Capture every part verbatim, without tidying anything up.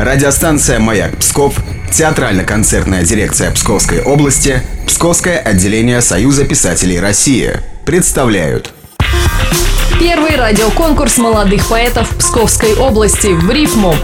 Радиостанция «Маяк Псков», театрально-концертная дирекция Псковской области, Псковское отделение Союза писателей России представляют. Первый радиоконкурс молодых поэтов Псковской области в рифму.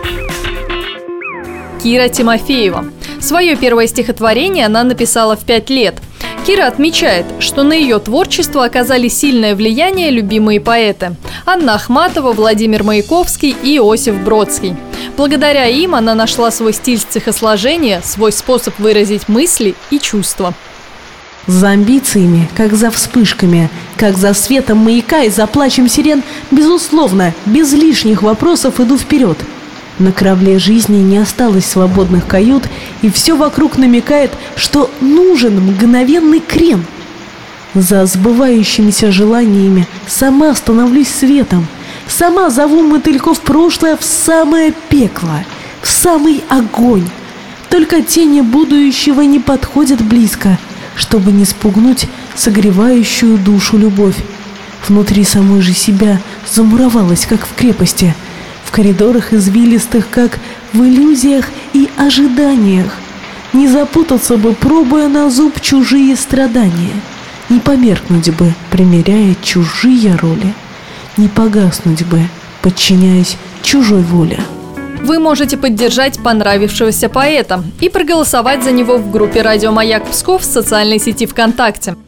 Кира Тимофеева. Свое первое стихотворение она написала в пять лет. Кира отмечает, что на ее творчество оказали сильное влияние любимые поэты – Анна Ахматова, Владимир Маяковский и Иосиф Бродский. Благодаря им она нашла свой стиль стихосложения, свой способ выразить мысли и чувства. За амбициями, как за вспышками, как за светом маяка и за плачем сирен, безусловно, без лишних вопросов иду вперед. На корабле жизни не осталось свободных кают, и все вокруг намекает, что нужен мгновенный крен. За сбывающимися желаниями сама становлюсь светом, сама зову мотыльков прошлое в самое пекло, в самый огонь. Только тени будущего не подходят близко, чтобы не спугнуть согревающую душу любовь. Внутри самой же себя замуровалась, как в крепости, в коридорах извилистых, как в иллюзиях и ожиданиях. Не запутаться бы, пробуя на зуб чужие страдания, не померкнуть бы, примеряя чужие роли, не погаснуть бы, подчиняясь чужой воле. Вы можете поддержать понравившегося поэта и проголосовать за него в группе «Радио Маяк Псков» в социальной сети ВКонтакте.